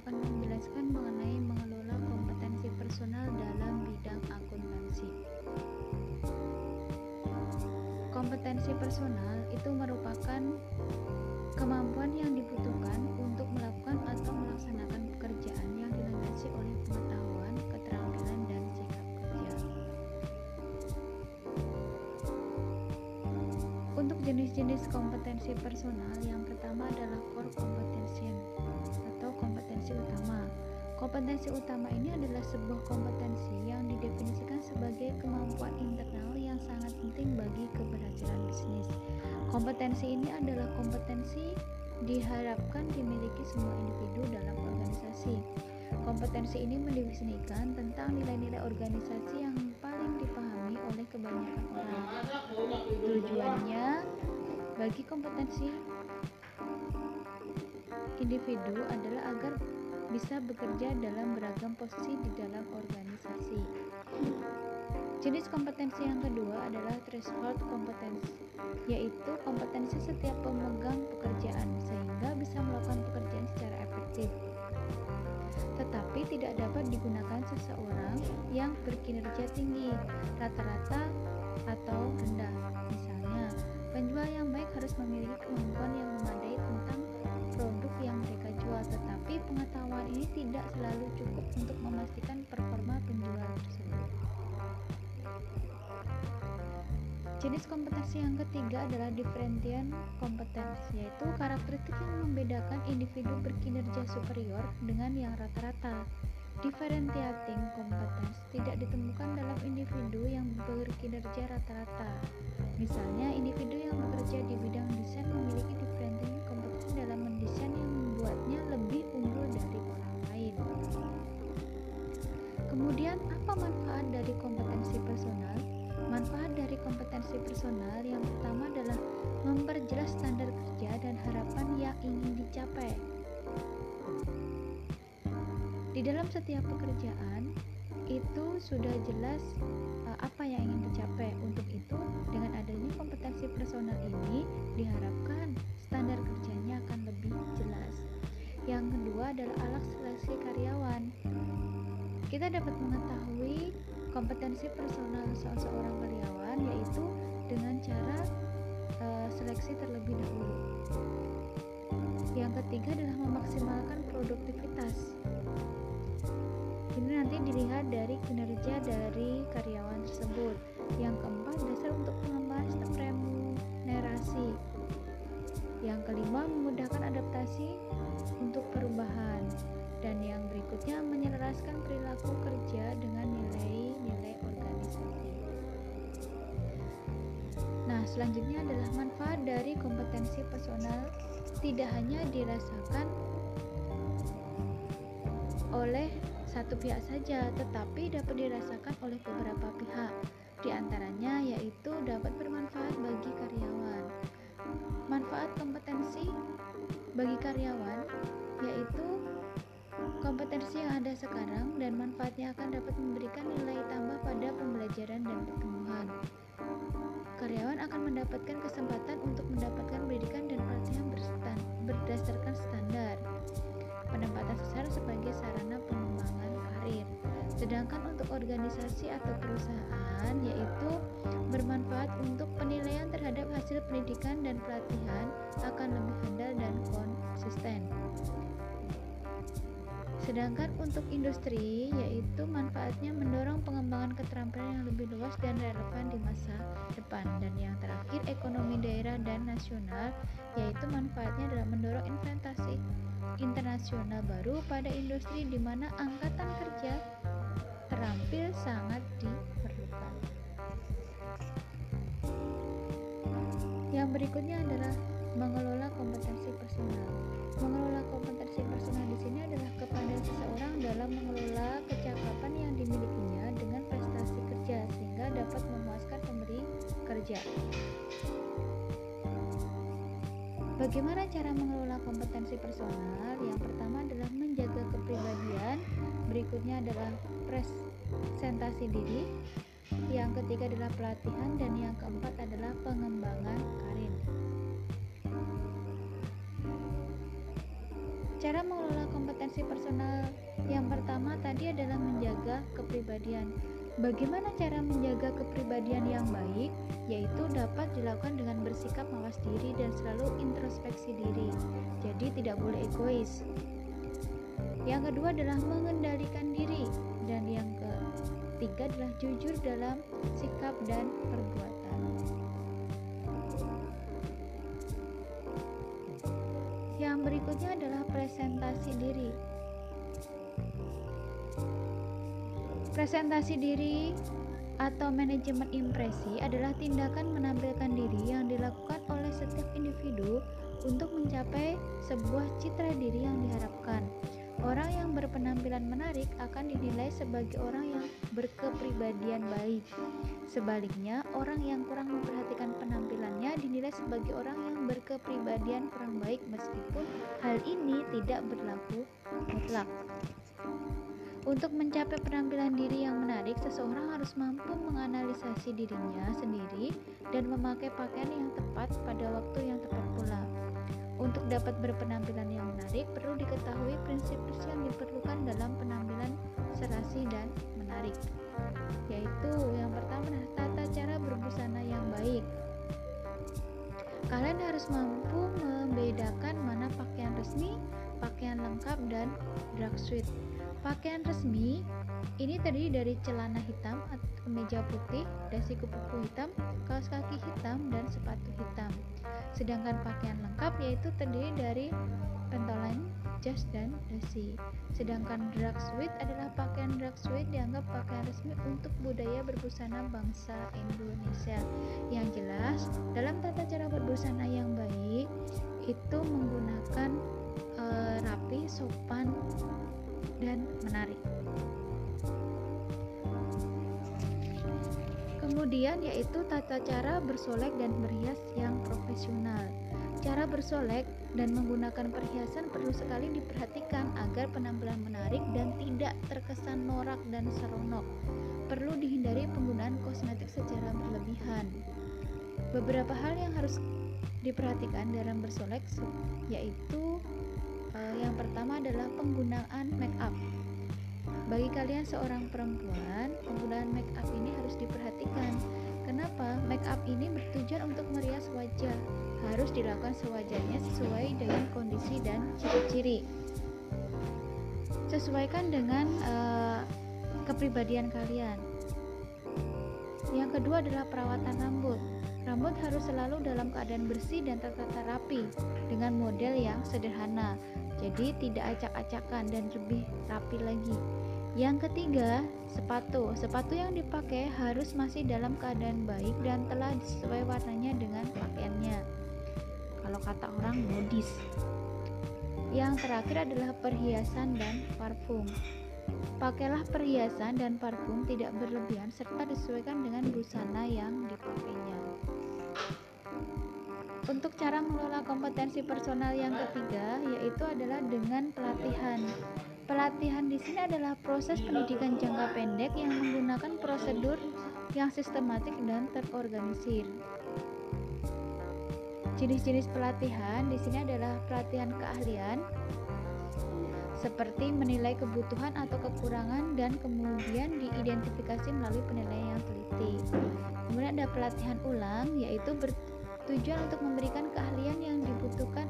akan menjelaskan mengenai mengelola kompetensi personal dalam bidang akuntansi. Kompetensi personal itu merupakan kemampuan yang dibutuhkan untuk melakukan atau melaksanakan pekerjaan yang dilandasi oleh pengetahuan, keterampilan, dan sikap kerja. Untuk jenis-jenis kompetensi personal, yang pertama adalah core competency atau kompetensi utama. Kompetensi utama ini adalah sebuah kompetensi yang didefinisikan sebagai kemampuan internal yang sangat penting bagi keberhasilan bisnis. Kompetensi ini adalah kompetensi diharapkan dimiliki semua individu dalam organisasi. Kompetensi ini mendefinisikan tentang nilai-nilai organisasi yang paling dipahami oleh kebanyakan orang. Tujuannya bagi kompetensi individu adalah agar bisa bekerja dalam beragam posisi di dalam organisasi. Jenis kompetensi yang kedua adalah threshold competence, yaitu kompetensi setiap pemegang pekerjaan sehingga bisa melakukan pekerjaan secara efektif, tetapi tidak dapat digunakan seseorang yang berkinerja tinggi, rata-rata, atau rendah. Misalnya, penjual yang baik harus memiliki kemampuan yang memadai tentang produk yang mereka jual, tetapi pengetahuan ini tidak selalu cukup untuk memastikan performa penjual tersebut. Jenis kompetensi yang ketiga adalah differentiation competence, yaitu karakteristik yang membedakan individu berkinerja superior dengan yang rata-rata. Differentiating competence tidak ditemukan dalam individu yang berkinerja rata-rata. Misalnya, individu yang bekerja di bidang desain memiliki differentiating competence dalam mendesain yang membuatnya lebih unggul dari orang lain. Kemudian, apa manfaat dari kompetensi personal? Manfaat dari kompetensi personal yang pertama adalah memperjelas standar kerja dan harapan yang ingin dicapai. Di dalam setiap pekerjaan itu sudah jelas apa yang ingin dicapai. Untuk itu, dengan adanya kompetensi personal ini diharapkan standar kerjanya akan lebih jelas. Yang kedua adalah alat seleksi karyawan. Kita dapat mengetahui kompetensi personal seorang karyawan yaitu dengan cara seleksi terlebih dahulu. Yang ketiga adalah memaksimalkan produktivitas. Ini nanti dilihat dari kinerja dari karyawan tersebut. Yang keempat, dasar untuk pengembangan sistem remunerasi. Yang kelima, memudahkan adaptasi untuk perubahan. Dan yang berikutnya, menyelaraskan perilaku kerja dengan nilai-nilai organisasi. Nah, selanjutnya adalah manfaat dari kompetensi personal tidak hanya dirasakan oleh satu pihak saja, tetapi dapat dirasakan oleh beberapa pihak. Di antaranya yaitu dapat bermanfaat bagi karyawan. Manfaat kompetensi bagi karyawan yaitu kompetensi yang ada sekarang dan manfaatnya akan dapat memberikan nilai tambah pada pembelajaran dan pertumbuhan. Karyawan akan mendapatkan kesempatan untuk mendapatkan pendidikan dan pelatihan berdasarkan standar. Penempatan seseorang sebagai sarana pengembangan karir. Sedangkan untuk organisasi atau perusahaan yaitu bermanfaat untuk penilaian terhadap hasil pendidikan dan pelatihan akan lebih handal dan konsisten. Sedangkan untuk industri yaitu manfaatnya mendorong pengembangan keterampilan yang lebih luas dan relevan di masa depan. Dan yang terakhir, ekonomi daerah dan nasional yaitu manfaatnya adalah mendorong investasi internasional baru pada industri di mana angkatan kerja terampil sangat diperlukan. Yang berikutnya adalah mengelola kompetensi personal. Mengelola kompetensi personal di sini adalah kepada seseorang dalam mengelola kecakapan yang dimilikinya dengan prestasi kerja sehingga dapat memuaskan pemberi kerja. Bagaimana cara mengelola kompetensi personal? Yang pertama adalah menjaga kepribadian, berikutnya adalah presentasi diri, yang ketiga adalah pelatihan, dan yang keempat adalah pengembangan karir. Cara mengelola kompetensi personal yang pertama tadi adalah menjaga kepribadian. Bagaimana cara menjaga kepribadian yang baik? Yaitu dapat dilakukan dengan bersikap mawas diri dan selalu introspeksi diri. Jadi tidak boleh egois. Yang kedua adalah mengendalikan diri, dan yang ketiga adalah jujur dalam sikap dan perbuatan. Yang berikutnya adalah presentasi diri. Presentasi diri atau manajemen impresi adalah tindakan menampilkan diri yang dilakukan oleh setiap individu untuk mencapai sebuah citra diri yang diharapkan. Orang yang berpenampilan menarik akan dinilai sebagai orang yang berkepribadian baik. Sebaliknya, orang yang kurang memperhatikan penampilannya dinilai sebagai orang yang berkepribadian kurang baik, meskipun hal ini tidak berlaku mutlak. Untuk mencapai penampilan diri yang menarik, seseorang harus mampu menganalisasi dirinya sendiri dan memakai pakaian yang tepat pada waktu yang tepat pula. Untuk dapat berpenampilan yang menarik, perlu diketahui prinsip-prinsip yang diperlukan dalam penampilan serasi dan menarik, yaitu yang pertama tata cara berbusana yang baik. Kalian harus mampu membedakan mana pakaian resmi, pakaian lengkap, dan dress suit. Pakaian resmi ini terdiri dari celana hitam, kemeja putih, dasi kupu-kupu hitam, kaos kaki hitam, dan sepatu hitam. Sedangkan pakaian lengkap yaitu terdiri dari pentolan, jas, dan dasi. Sedangkan dress suit adalah pakaian dress suit dianggap pakaian resmi untuk budaya berbusana bangsa Indonesia. Yang jelas, dalam tata cara berbusana yang baik itu menggunakan rapi, sopan, dan menarik. Kemudian yaitu tata cara bersolek dan berhias yang profesional. Cara bersolek dan menggunakan perhiasan perlu sekali diperhatikan agar penampilan menarik dan tidak terkesan norak dan seronok. Perlu dihindari penggunaan kosmetik secara berlebihan. Beberapa hal yang harus diperhatikan dalam bersolek yaitu yang pertama adalah penggunaan make up. Bagi kalian seorang perempuan, penggunaan make up ini harus diperhatikan. Kenapa? Make up ini bertujuan untuk merias wajah. Harus dilakukan sewajarnya sesuai dengan kondisi dan ciri-ciri. Sesuaikan dengan kepribadian kalian. Yang kedua adalah perawatan rambut. Rambut harus selalu dalam keadaan bersih dan tertata rapi dengan model yang sederhana. Jadi tidak acak-acakan dan lebih rapi lagi. Yang ketiga, sepatu. Sepatu yang dipakai harus masih dalam keadaan baik dan telah sesuai warnanya dengan pakaiannya. Kalau kata orang modis. Yang terakhir adalah perhiasan dan parfum. Pakailah perhiasan dan parfum tidak berlebihan serta disesuaikan dengan busana yang dipakainya. Untuk cara mengelola kompetensi personal yang ketiga yaitu adalah dengan pelatihan. Pelatihan di sini adalah proses pendidikan jangka pendek yang menggunakan prosedur yang sistematik dan terorganisir. Jenis-jenis pelatihan di sini adalah pelatihan keahlian seperti menilai kebutuhan atau kekurangan dan kemudian diidentifikasi melalui penilaian yang teliti. Kemudian ada pelatihan ulang yaitu bertujuan untuk memberikan keahlian yang dibutuhkan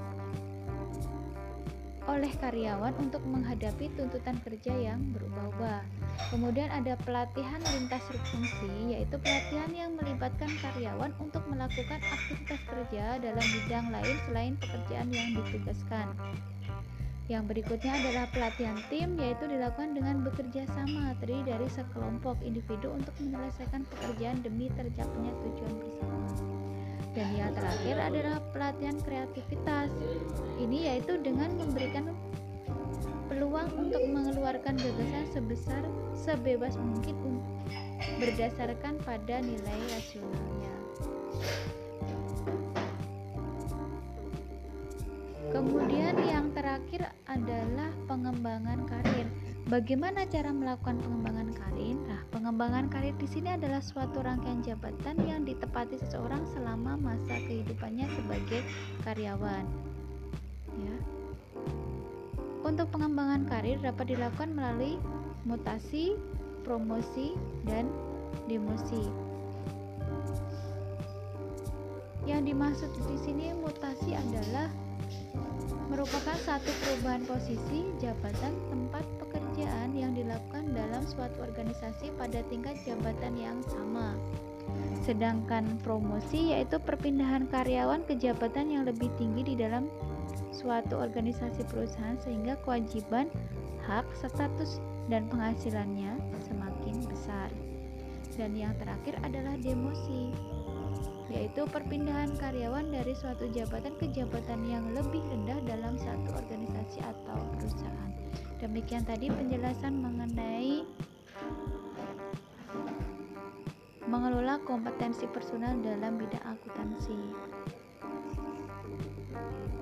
oleh karyawan untuk menghadapi tuntutan kerja yang berubah-ubah. Kemudian ada pelatihan lintas fungsi, yaitu pelatihan yang melibatkan karyawan untuk melakukan aktivitas kerja dalam bidang lain selain pekerjaan yang ditugaskan. Yang berikutnya adalah pelatihan tim, yaitu dilakukan dengan bekerja sama, terdiri dari sekelompok individu untuk menyelesaikan pekerjaan demi tercapainya tujuan bersama. Dan yang terakhir adalah pelatihan kreativitas. Ini yaitu dengan memberikan peluang untuk mengeluarkan gagasan sebebas mungkin berdasarkan pada nilai rasionalnya. Kemudian yang terakhir adalah pengembangan karir. Bagaimana cara melakukan pengembangan karir? Nah, pengembangan karir di sini adalah suatu rangkaian jabatan yang ditepati seseorang selama masa kehidupannya sebagai karyawan. Ya. Untuk pengembangan karir dapat dilakukan melalui mutasi, promosi, dan demosi. Yang dimaksud di sini mutasi adalah merupakan satu perubahan posisi, jabatan, tempat pekerjaan yang dilakukan dalam suatu organisasi pada tingkat jabatan yang sama. Sedangkan promosi yaitu perpindahan karyawan ke jabatan yang lebih tinggi di dalam suatu organisasi perusahaan sehingga kewajiban, hak, status, dan penghasilannya semakin besar. Dan yang terakhir adalah demosi, yaitu perpindahan karyawan dari suatu jabatan ke jabatan yang lebih rendah dalam satu organisasi atau perusahaan. Demikian tadi penjelasan mengenai mengelola kompetensi personal dalam bidang akuntansi.